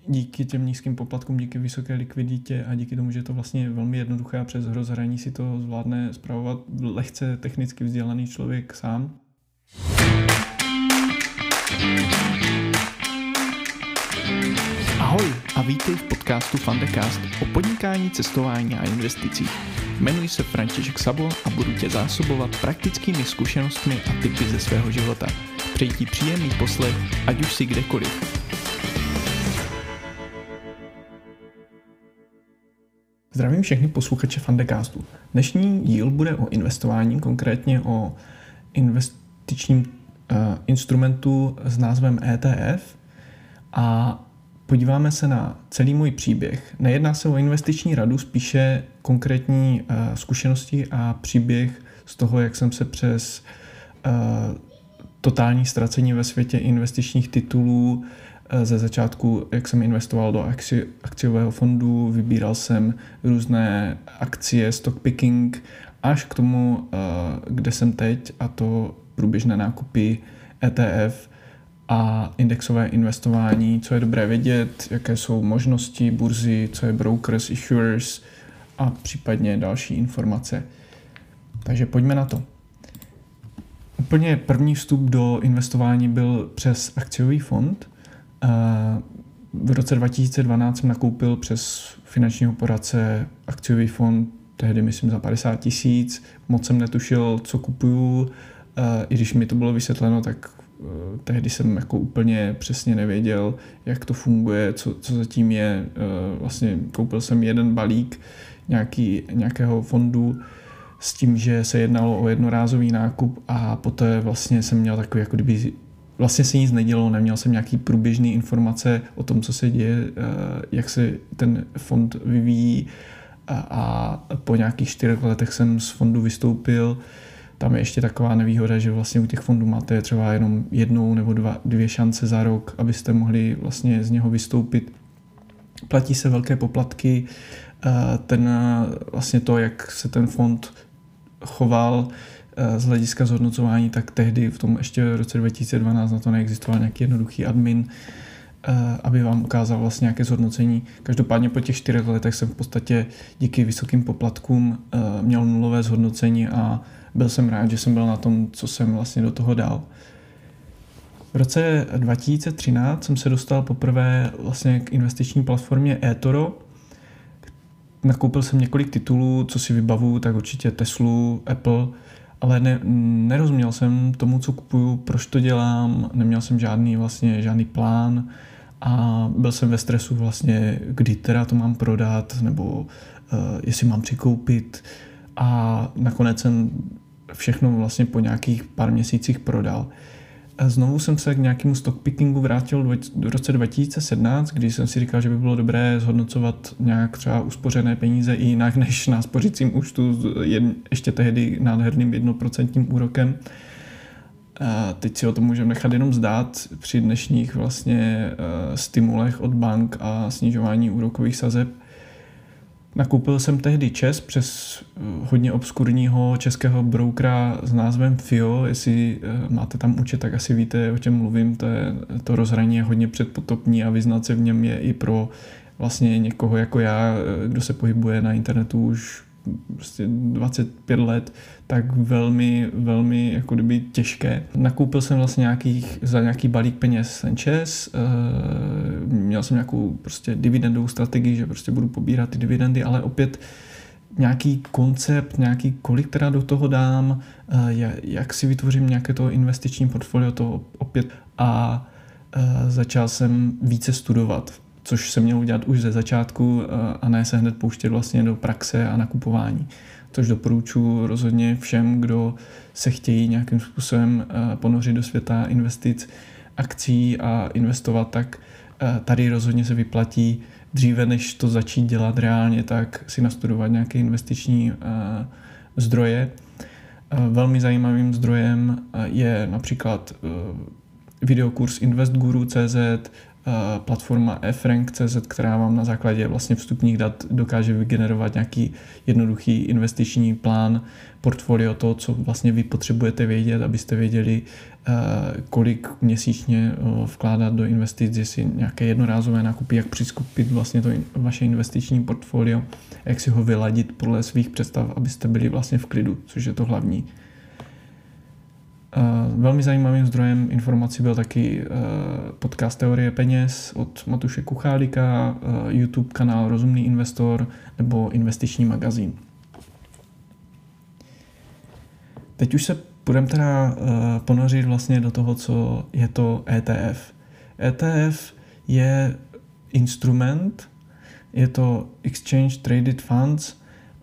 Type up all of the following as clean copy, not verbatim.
díky těm nízkým poplatkům, díky vysoké likviditě a díky tomu, že je to vlastně velmi jednoduché a přes rozhraní si to zvládne spravovat lehce technicky vzdělaný člověk sám. Ahoj a vítej v podcastu Fundecast o podnikání, cestování a investicích. Jmenuji se František Sabo a budu tě zásobovat praktickými zkušenostmi a tipy ze svého života. Přeji ti příjemný poslech, ať už si kdekoliv. Zdravím všechny posluchače Fundecastu. Dnešní díl bude o investování, konkrétně o investičním instrumentu s názvem ETF a podíváme se na celý můj příběh. Nejedná se o investiční radu, spíše konkrétní zkušenosti a příběh z toho, jak jsem se přes totální ztracení ve světě investičních titulů ze začátku, jak jsem investoval do akciového fondu, vybíral jsem různé akcie, stock picking, až k tomu, kde jsem teď, a to průběžné nákupy ETF a indexové investování, co je dobré vědět, jaké jsou možnosti burzy, co je brokers, issuers a případně další informace. Takže pojďme na to. Úplně první vstup do investování byl přes akciový fond. V roce 2012 jsem nakoupil přes finančního poradce akciový fond, tehdy myslím za 50 000. Moc jsem netušil, co kupuju. I když mi to bylo vysvětleno, tak tehdy jsem jako úplně přesně nevěděl, jak to funguje, co zatím je. Vlastně koupil jsem jeden balík nějakého fondu s tím, že se jednalo o jednorázový nákup a poté vlastně jsem měl takový, jako kdyby vlastně se nic nedělo, neměl jsem nějaký průběžný informace o tom, co se děje, jak se ten fond vyvíjí a po nějakých 4 letech jsem z fondu vystoupil. Tam je ještě taková nevýhoda, že vlastně u těch fondů máte třeba jenom 1 nebo 2 šance za rok, abyste mohli vlastně z něho vystoupit. Platí se velké poplatky, vlastně to, jak se ten fond choval z hlediska zhodnocování, tak tehdy v tom ještě v roce 2012 na to neexistoval nějaký jednoduchý admin, aby vám ukázal vlastně nějaké zhodnocení. Každopádně po těch 4 letech jsem v podstatě díky vysokým poplatkům měl nulové zhodnocení a byl jsem rád, že jsem byl na tom, co jsem vlastně do toho dal. V roce 2013 jsem se dostal poprvé vlastně k investiční platformě eToro. Nakoupil jsem několik titulů, co si vybavu, tak určitě Teslu, Apple, ale nerozuměl jsem tomu, co kupuju, proč to dělám, neměl jsem žádný plán a byl jsem ve stresu vlastně, kdy teda to mám prodat, nebo jestli mám přikoupit, a nakonec jsem všechno vlastně po nějakých pár měsících prodal. Znovu jsem se k nějakému stockpickingu vrátil v roce 2017, kdy jsem si říkal, že by bylo dobré zhodnocovat nějak třeba uspořené peníze i jinak než na spořícím účtu ještě tehdy nádherným 1% úrokem. A teď si o tom můžeme nechat jenom zdát při dnešních vlastně stimulech od bank a snižování úrokových sazeb. Nakoupil jsem tehdy ČEZ přes hodně obskurního českého brokera s názvem FIO. Jestli máte tam účet, tak asi víte, o čem mluvím. To rozhraní je hodně předpotopní a vyznat se v něm je i pro vlastně někoho jako já, kdo se pohybuje na internetu už prostě 25 let, tak velmi, velmi jako kdyby těžké. Nakoupil jsem vlastně za nějaký balík peněz ten ČEZ, měl jsem nějakou prostě dividendovou strategii, že prostě budu pobírat ty dividendy, ale opět nějaký koncept, kolik teda do toho dám, jak si vytvořím nějaké to investiční portfolio, to opět a začal jsem více studovat, což jsem měl udělat už ze začátku a ne se hned pouštět vlastně do praxe a nakupování. Což doporučuji rozhodně všem, kdo se chtějí nějakým způsobem ponořit do světa investic, akcí a investovat, tak tady rozhodně se vyplatí dříve, než to začít dělat reálně, tak si nastudovat nějaké investiční zdroje. Velmi zajímavým zdrojem je například videokurs investguru.cz, platforma eFrank.cz, která vám na základě vlastně vstupních dat dokáže vygenerovat nějaký jednoduchý investiční plán, portfolio, to, co vlastně vy potřebujete vědět, abyste věděli, kolik měsíčně vkládat do investic, jestli nějaké jednorázové nákupy, jak přiskupit vlastně to vaše investiční portfolio, jak si ho vyladit podle svých představ, abyste byli vlastně v klidu, což je to hlavní. Velmi zajímavým zdrojem informací byl taky podcast Teorie peněz od Matuše Kuchálika, YouTube kanál Rozumný investor nebo investiční magazín. Teď už se budeme teda ponořit vlastně do toho, co je to ETF. ETF je instrument, je to Exchange Traded Funds,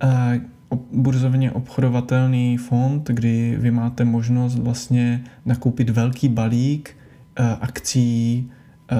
burzovně obchodovatelný fond, kdy vy máte možnost vlastně nakoupit velký balík akcií,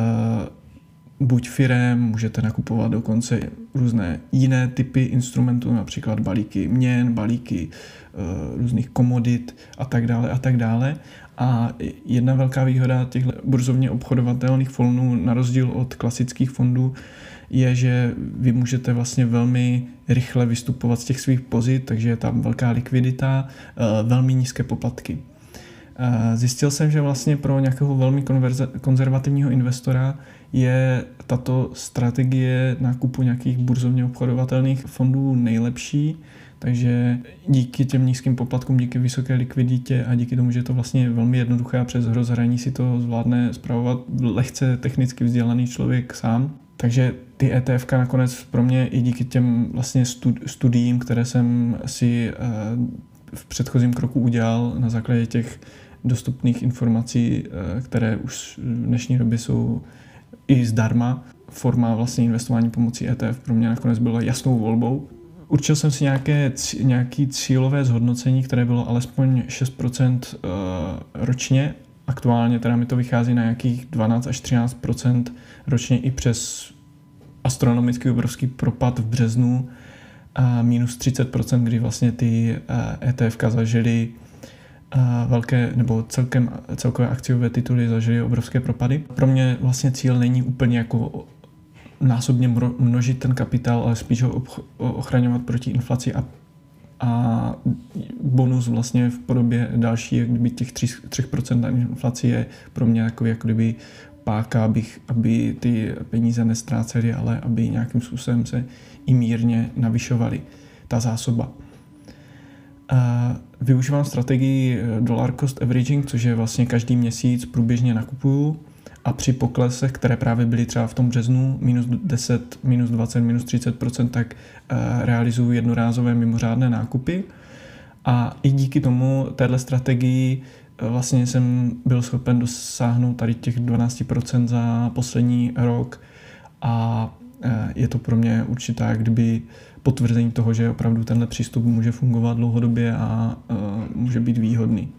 buď firem, můžete nakupovat dokonce různé jiné typy instrumentů, například balíky měn, balíky různých komodit a tak dále a tak dále. A jedna velká výhoda těchto burzovně obchodovatelných fondů na rozdíl od klasických fondů je, že vy můžete vlastně velmi rychle vystupovat z těch svých pozit, takže je tam velká likvidita, velmi nízké poplatky. Zjistil jsem, že vlastně pro nějakého velmi konzervativního investora je tato strategie nákupu nějakých burzovně obchodovatelných fondů nejlepší, takže díky těm nízkým poplatkům, díky vysoké likviditě a díky tomu, že je to vlastně velmi jednoduché a přes rozhraní si to zvládne spravovat lehce technicky vzdělaný člověk sám. Takže ty ETF nakonec pro mě i díky těm vlastně studiím, které jsem si v předchozím kroku udělal na základě těch dostupných informací, které už v dnešní době jsou i zdarma, forma vlastně investování pomocí ETF pro mě nakonec byla jasnou volbou. Určil jsem si nějaké cílové zhodnocení, které bylo alespoň 6% ročně. Aktuálně teda mi to vychází na nějakých 12 až 13% ročně i přes astronomický obrovský propad v březnu a minus 30%, kdy vlastně ty ETF zažily velké, nebo celkové akciové tituly zažily obrovské propady. Pro mě vlastně cíl není úplně jako násobně množit ten kapitál, ale spíš ho ochraňovat proti inflaci a bonus vlastně v podobě další, jak kdyby těch 3% inflaci je pro mě takový jako kdyby páka, aby ty peníze nestrácely, ale aby nějakým způsobem se i mírně navyšovaly ta zásoba. Využívám strategii dollar cost averaging, což je vlastně každý měsíc průběžně nakupuju a při poklesech, které právě byly třeba v tom březnu, minus 10, minus 20, minus 30%, tak realizuju jednorázové mimořádné nákupy. A i díky tomu, téhle strategii, vlastně jsem byl schopen dosáhnout tady těch 12% za poslední rok a je to pro mě určitá kdyby potvrzení toho, že opravdu tenhle přístup může fungovat dlouhodobě a může být výhodný.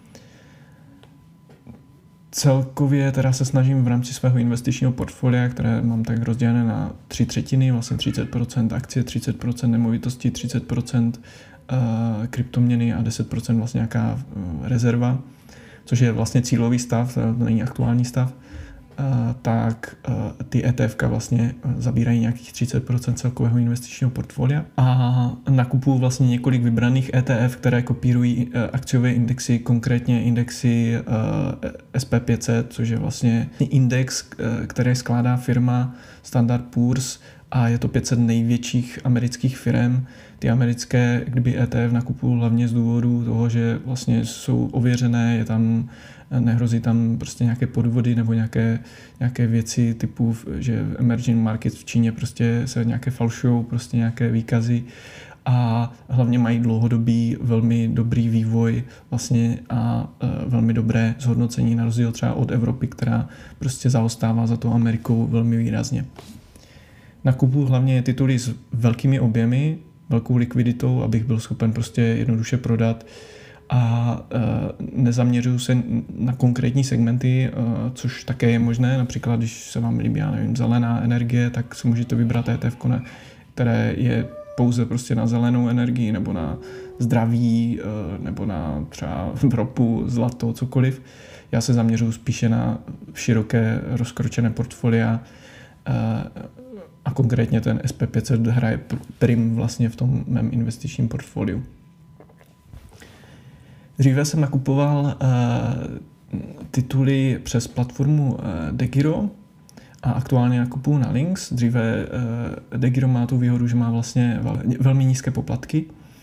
Celkově teda se snažím v rámci svého investičního portfolia, které mám tak rozdělené na 3/3, vlastně 30% akcie, 30% nemovitosti, 30% kryptoměny a 10% vlastně nějaká rezerva, což je vlastně cílový stav, to není aktuální stav, tak ty ETF vlastně zabírají nějakých 30% celkového investičního portfolia a nakupuju vlastně několik vybraných ETF, které kopírují akciové indexy, konkrétně indexy SP500, což je vlastně index, který skládá firma Standard Poor's a je to 500 největších amerických firm. Ty americké, kdyby ETF nakupuju hlavně z důvodu toho, že vlastně jsou ověřené, je tam, nehrozí tam prostě nějaké podvody nebo nějaké věci typu, že emerging markets v Číně prostě se nějaké falšujou, prostě nějaké výkazy a hlavně mají dlouhodobý velmi dobrý vývoj vlastně a velmi dobré zhodnocení na rozdíl třeba od Evropy, která prostě zaostává za tou Amerikou velmi výrazně. Nakupuju hlavně tituly s velkými objemy, velkou likviditou, abych byl schopen prostě jednoduše prodat a nezaměřuju se na konkrétní segmenty, což také je možné. Například, když se vám líbí, já nevím, zelená energie, tak si můžete vybrat ETF, které je pouze prostě na zelenou energii nebo na zdraví nebo na třeba ropu, zlato, cokoliv. Já se zaměřuji spíše na široké rozkročené portfolia a konkrétně ten SP500 hraje prim vlastně v tom mém investičním portfoliu. Dříve jsem nakupoval tituly přes platformu DeGiro a aktuálně nakupuju na Lynx. Dříve DeGiro má tu výhodu, že má vlastně velmi nízké poplatky,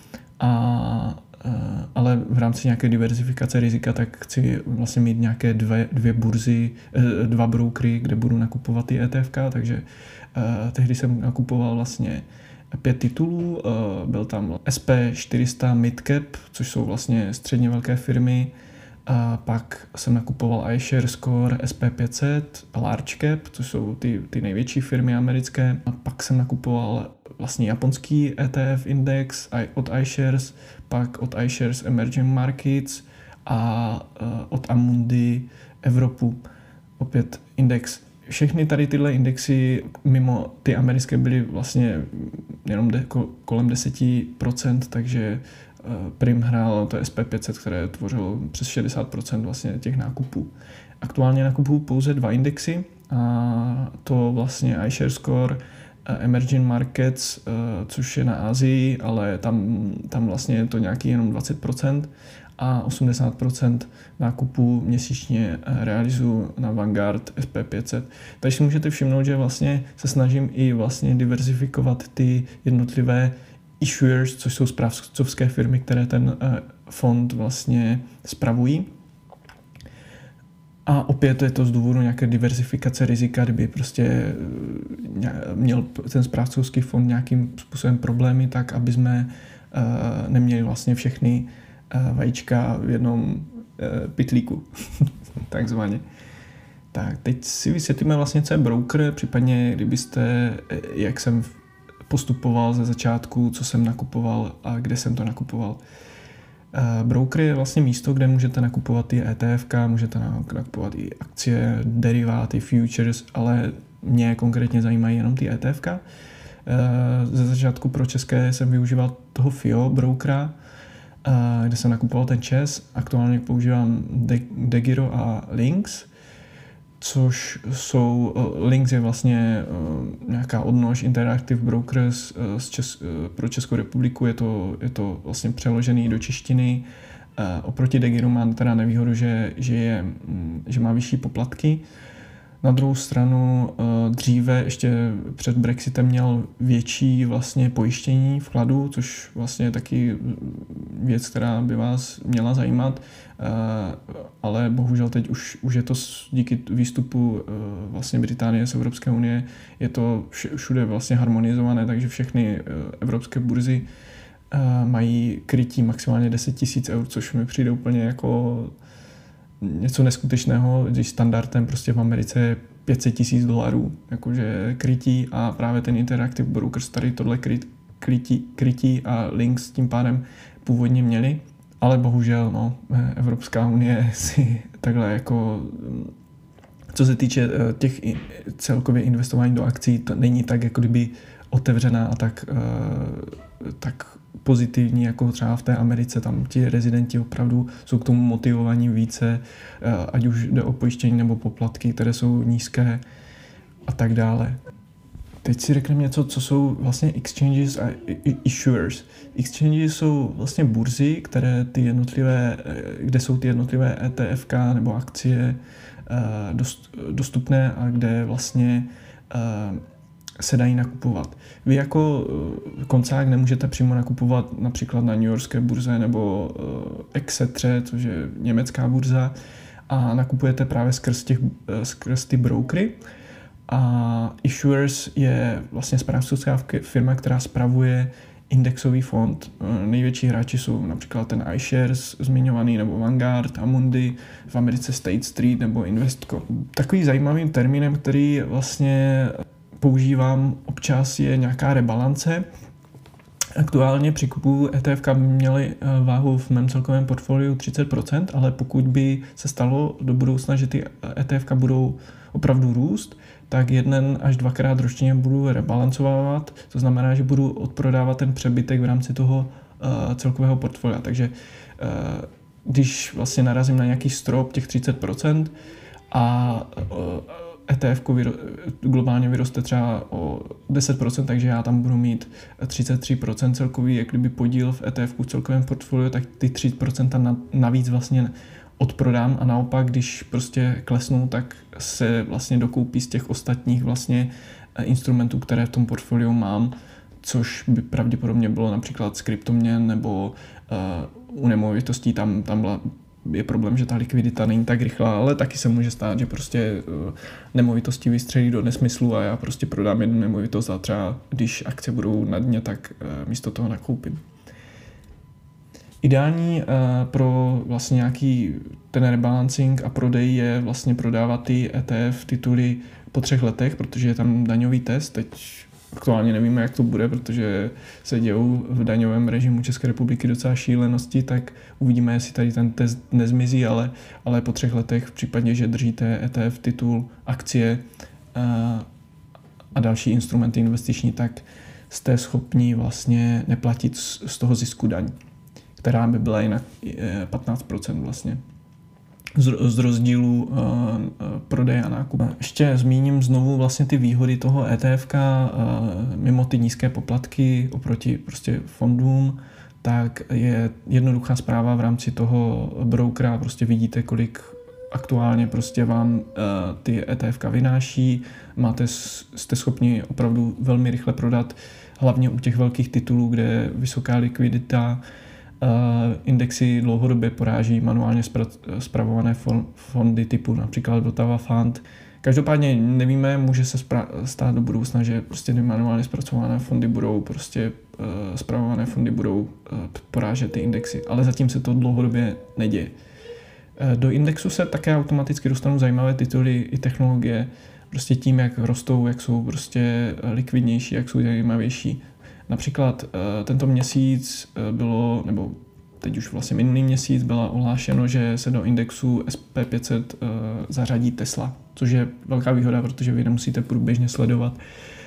ale v rámci nějaké diverzifikace rizika tak chci vlastně mít nějaké dvě burzy, dva brokery, kde budu nakupovat ty ETFK, takže tehdy jsem nakupoval vlastně 5 titulů, byl tam SP400 Midcap, což jsou vlastně středně velké firmy, a pak jsem nakupoval iShares Core SP500 a Large Cap, což jsou ty největší firmy americké. A pak jsem nakupoval vlastně japonský ETF index od iShares, pak od iShares Emerging Markets a od Amundi Evropu, opět index. Všechny tady tyhle indexy mimo ty americké byly vlastně jenom kolem 10%, takže prim hrál to SP500, které tvořilo přes 60% vlastně těch nákupů. Aktuálně nakupuju pouze 2 indexy, a to vlastně iShares Core Emerging Markets, což je na Asii, ale tam vlastně je to nějaký jenom 20% a 80% nákupů měsíčně realizuju na Vanguard SP500. Takže si můžete všimnout, že vlastně se snažím i vlastně diverzifikovat ty jednotlivé issuers, což jsou správcovské firmy, které ten fond vlastně spravují. A opět je to z důvodu nějaké diverzifikace rizika, kdyby prostě měl ten správcovský fond nějakým způsobem problémy, tak aby jsme neměli vlastně všechny vajíčka v jednom pytlíku, takzvaně. Tak, teď si vysvětlíme vlastně, co je broker, případně kdybyste, jak jsem postupoval ze začátku, co jsem nakupoval a kde jsem to nakupoval. Broker je vlastně místo, kde můžete nakupovat i ETFK, můžete nakupovat i akcie, deriváty, futures, ale mě konkrétně zajímají jenom ty ETFK. Ze začátku pro české jsem využíval toho FIO brokera, kde jsem nakupoval ten ČES. Aktuálně používám DeGiro a Lynx, což jsou, Lynx je vlastně nějaká odnož Interactive Brokers pro Českou republiku, je to vlastně přeložený do češtiny. Oproti DeGiru má teda nevýhodu, že má vyšší poplatky. Na druhou stranu dříve ještě před Brexitem měl větší vlastně pojištění vkladu, což vlastně je taky věc, která by vás měla zajímat, ale bohužel teď už je to díky výstupu vlastně Británie z Evropské unie, je to všude vlastně harmonizované, takže všechny evropské burzy mají krytí maximálně 10 000 eur, což mi přijde úplně jako něco neskutečného, když standardem prostě v Americe je $500 000 jakože krytí a právě ten Interactive Brokers tady tohle krytí a Lynx tím pádem původně měli, ale bohužel Evropská unie si takhle jako, co se týče těch celkově investování do akcí, to není tak jako kdyby otevřená a tak pozitivní, jako třeba v té Americe, tam ti rezidenti opravdu jsou k tomu motivovaní více, ať už jde o pojištění nebo poplatky, které jsou nízké a tak dále. Teď si řekneme něco, co jsou vlastně exchanges a issuers. Exchanges jsou vlastně burzy, kde jsou ty jednotlivé ETFK nebo akcie dostupné a kde vlastně se dají nakupovat. Vy jako koncák nemůžete přímo nakupovat například na newyorské burze nebo Exetre, což je německá burza, a nakupujete právě skrz ty brokery. A issuers je vlastně správcovská firma, která spravuje indexový fond. Největší hráči jsou například ten iShares zmiňovaný, nebo Vanguard, Amundi, v Americe State Street nebo Investco. Takový zajímavým termínem, který vlastně používám občas, je nějaká rebalance. Aktuálně při kupu ETF měly váhu v mém celkovém portfoliu 30%, ale pokud by se stalo do budoucna, že ty ETF budou opravdu růst, tak 1 až 2krát ročně budu rebalancovávat, to znamená, že budu odprodávat ten přebytek v rámci toho celkového portfolia. Takže když vlastně narazím na nějaký strop těch 30% a ETF globálně vyroste třeba o 10%, takže já tam budu mít 33% celkový jak kdyby podíl v ETF v celkovém portfoliu, tak ty 3% navíc vlastně odprodám a naopak, když prostě klesnou, tak se vlastně dokoupí z těch ostatních vlastně instrumentů, které v tom portfoliu mám, což by pravděpodobně bylo například z kryptoměn nebo u nemovitostí, tam je problém, že ta likvidita není tak rychlá, ale taky se může stát, že prostě nemovitosti vystřelí do nesmyslu a já prostě prodám jednu nemovitost a třeba když akce budou na dně, tak místo toho nakoupím. Ideální pro vlastně nějaký ten rebalancing a prodej je vlastně prodávat ty ETF tituly po 3 letech, protože je tam daňový test. Teď aktuálně nevíme, jak to bude, protože se dějou v daňovém režimu České republiky docela šílenosti, tak uvidíme, jestli tady ten test nezmizí, ale po 3 letech v případě, že držíte ETF titul, akcie a další instrumenty investiční, tak jste schopni vlastně neplatit z toho zisku daň, která by byla jinak 15% vlastně z rozdílu prodeje a nákupu. Ještě zmíním znovu vlastně ty výhody toho ETFka mimo ty nízké poplatky oproti prostě fondům, tak je jednoduchá správa v rámci toho brokera, prostě vidíte, kolik aktuálně prostě vám ty ETFka vynáší, jste schopni opravdu velmi rychle prodat, hlavně u těch velkých titulů, kde je vysoká likvidita. Indexy dlouhodobě poráží manuálně spravované fondy typu například Vltava Fund. Každopádně nevíme, může se stát do budoucna, že prostě manuálně zpracované fondy budou spravované fondy budou porážet ty indexy, ale zatím se to dlouhodobě neděje. Do indexu se také automaticky dostanou zajímavé tituly i technologie, prostě tím, jak rostou, jak jsou prostě likvidnější, jak jsou zajímavější. Například tento měsíc bylo, nebo teď už vlastně minulý měsíc bylo ohlášeno, že se do indexu SP500 zařadí Tesla, což je velká výhoda, protože vy nemusíte průběžně sledovat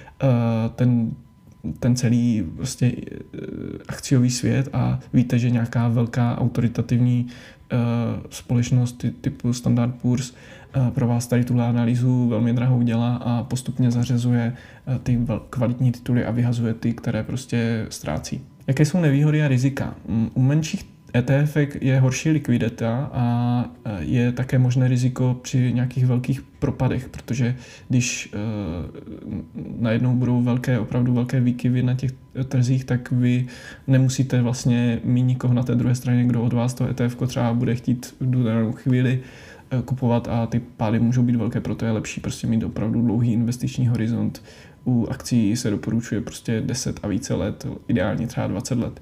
ten celý prostě akciový svět a víte, že nějaká velká autoritativní společnost typu Standard Poor's pro vás tady tuhle analýzu velmi drahou dělá a postupně zařazuje ty kvalitní tituly a vyhazuje ty, které prostě ztrácí. Jaké jsou nevýhody a rizika? U menších ETF je horší likvidita a je také možné riziko při nějakých velkých propadech, protože když najednou budou opravdu velké výkyvy na těch trzích, tak vy nemusíte vlastně mít nikoho na té druhé straně, kdo od vás to ETF třeba bude chtít v danou chvíli kupovat a ty pády můžou být velké, proto je lepší prostě mít opravdu dlouhý investiční horizont. U akcí se doporučuje prostě 10 a více let, ideálně třeba 20 let.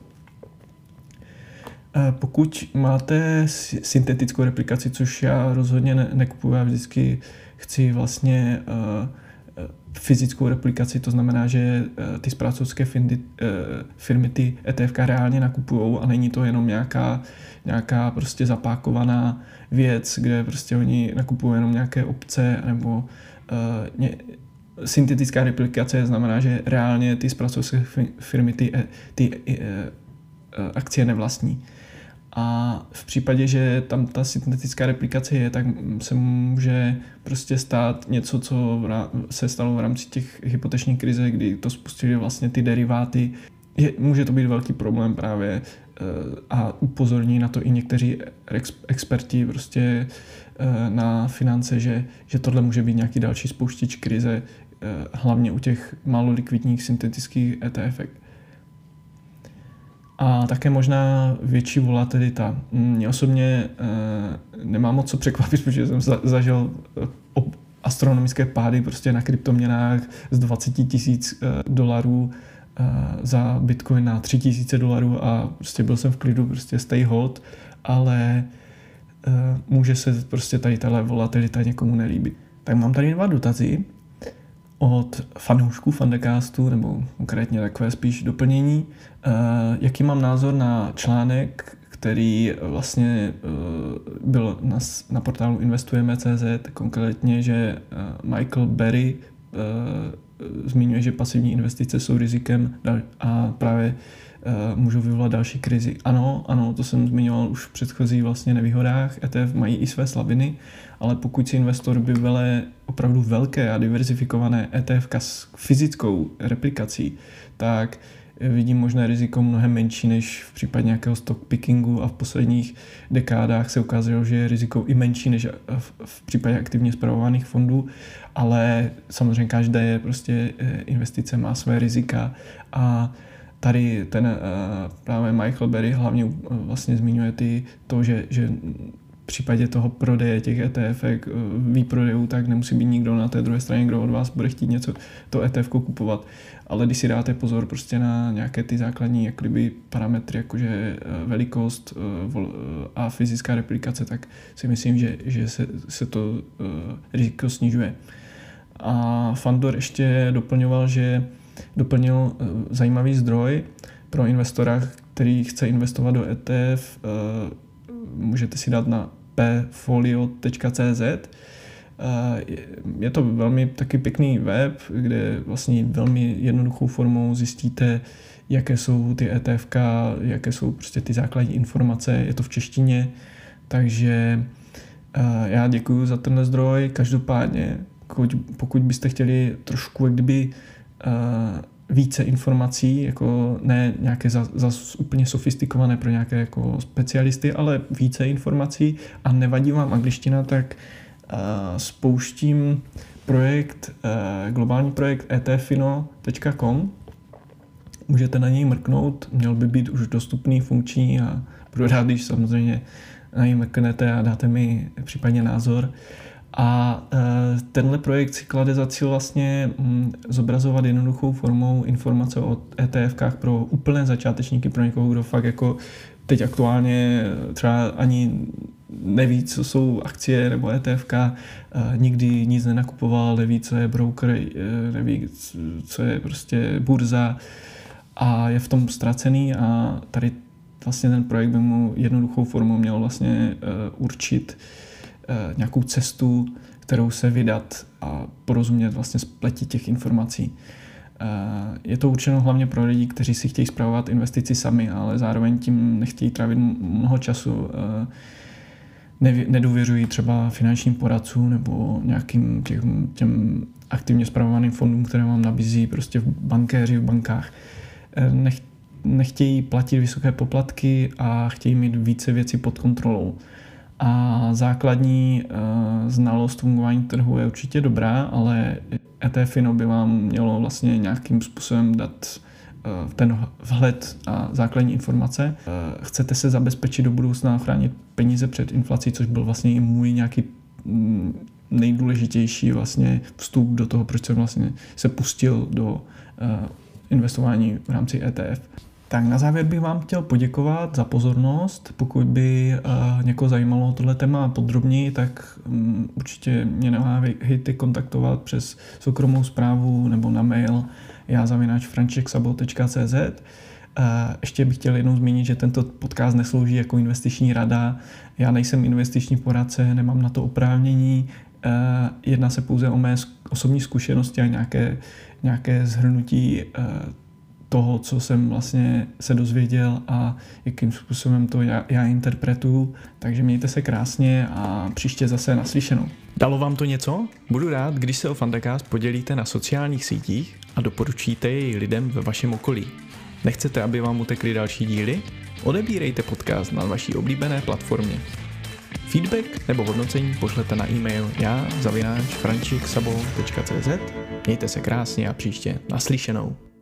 Pokud máte syntetickou replikaci, což já rozhodně nekupuji, já vždycky chci vlastně fyzickou replikaci, to znamená, že ty správcovské firmy ty ETF reálně nakupujou a není to jenom nějaká prostě zapákovaná věc, kde prostě oni nakupují jenom nějaké opce nebo syntetická replikace znamená, že reálně ty správcovské firmy ty akcie nevlastní. A v případě, že tam ta syntetická replikace je, tak se může prostě stát něco, co se stalo v rámci těch hypoteční krize, kdy to spustili vlastně ty deriváty. Může to být velký problém právě a upozorní na to i někteří experti prostě na finance, že tohle může být nějaký další spouštěč krize, hlavně u těch málo likvidních syntetických ETF. A také možná větší volatilita. Mě osobně nemá moc co překvapit, protože jsem zažil astronomické pády prostě na kryptoměnách z $20,000 za Bitcoin na $3,000 a prostě byl jsem v klidu, prostě stay hold, ale může se prostě tady tahle volatilita někomu nelíbit. Tak mám tady 2 dotazy od fanoušků Fundecastu, nebo konkrétně takové spíš doplnění. Jaký mám názor na článek, který vlastně byl na portálu investujeme.cz, konkrétně, že Michael Berry zmiňuje, že pasivní investice jsou rizikem a právě můžou vyvolat další krizi. Ano, to jsem zmiňoval už v předchozích vlastně nevýhodách. ETF mají i své slabiny, ale pokud si investor vybere opravdu velké a diverzifikované ETF s fyzickou replikací, tak vidím možné riziko mnohem menší než v případě nějakého stock pickingu a v posledních dekádách se ukázalo, že je riziko i menší než v případě aktivně spravovaných fondů, ale samozřejmě každé prostě investice má své rizika a tady ten právě Michael Berry hlavně vlastně zmiňuje to, že v případě toho prodeje těch ETF, výprodejů, tak nemusí být nikdo na té druhé straně, kdo od vás bude chtít něco to ETF kupovat. Ale když si dáte pozor prostě na nějaké ty základní jak kdyby parametry, jakože velikost a fyzická replikace, tak si myslím, že se to riziko snižuje. A Fandor ještě doplnil zajímavý zdroj pro investora, který chce investovat do ETF. Můžete si dát na pfolio.cz. Je to velmi taky pěkný web, kde vlastně velmi jednoduchou formou zjistíte, jaké jsou ty ETFK, jaké jsou prostě ty základní informace, je to v češtině, takže já děkuji za tenhle zdroj. Každopádně, pokud byste chtěli trošku jak kdyby více informací, jako ne nějaké úplně sofistikované pro nějaké jako specialisty, ale více informací a nevadí vám angličtina, tak spouštím globální projekt etfino.com. Můžete na něj mrknout, měl by být už dostupný, funkční a budu rád, když samozřejmě na něj mrknete a dáte mi případně názor. A tenhle projekt si klade za cíl vlastně zobrazovat jednoduchou formou informace o ETFkách pro úplné začátečníky, pro někoho, kdo fakt jako teď aktuálně třeba ani neví, co jsou akcie nebo ETFK, nikdy nic nenakupoval, neví, co je broker, neví, co je prostě burza a je v tom ztracený a tady vlastně ten projekt by mu jednoduchou formou měl vlastně určit nějakou cestu, kterou se vydat a porozumět vlastně spletí těch informací. Je to určeno hlavně pro lidi, kteří si chtějí spravovat investici sami, ale zároveň tím nechtějí trávit mnoho času, nedůvěřují třeba finančním poradcům nebo nějakým těm aktivně spravovaným fondům, které vám nabízí prostě bankéři v bankách. Nechtějí platit vysoké poplatky a chtějí mít více věcí pod kontrolou. A základní znalost fungování trhu je určitě dobrá, ale etfino by vám mělo vlastně nějakým způsobem dát ten vhled a základní informace. Chcete se zabezpečit do budoucna a ochránit peníze před inflací, což byl vlastně i můj nějaký nejdůležitější vlastně vstup do toho, proč jsem vlastně se pustil do investování v rámci ETF. Tak na závěr bych vám chtěl poděkovat za pozornost. Pokud by někoho zajímalo tohle téma podrobněji, tak určitě mě neváhejte kontaktovat přes soukromou zprávu nebo na mail já@františeksabo.cz. Ještě bych chtěl jenom zmínit, že tento podcast neslouží jako investiční rada. Já nejsem investiční poradce, nemám na to oprávnění. Jedná se pouze o mé osobní zkušenosti a nějaké shrnutí toho, co jsem vlastně se dozvěděl a jakým způsobem to já interpretuju. Takže mějte se krásně a příště zase naslyšenou. Dalo vám to něco? Budu rád, když se o Fandacast podělíte na sociálních sítích a doporučíte jej lidem ve vašem okolí. Nechcete, aby vám utekly další díly? Odebírejte podcast na vaší oblíbené platformě. Feedback nebo hodnocení pošlete na e-mail já@františeksabo.cz. Mějte se krásně a příště naslyšenou.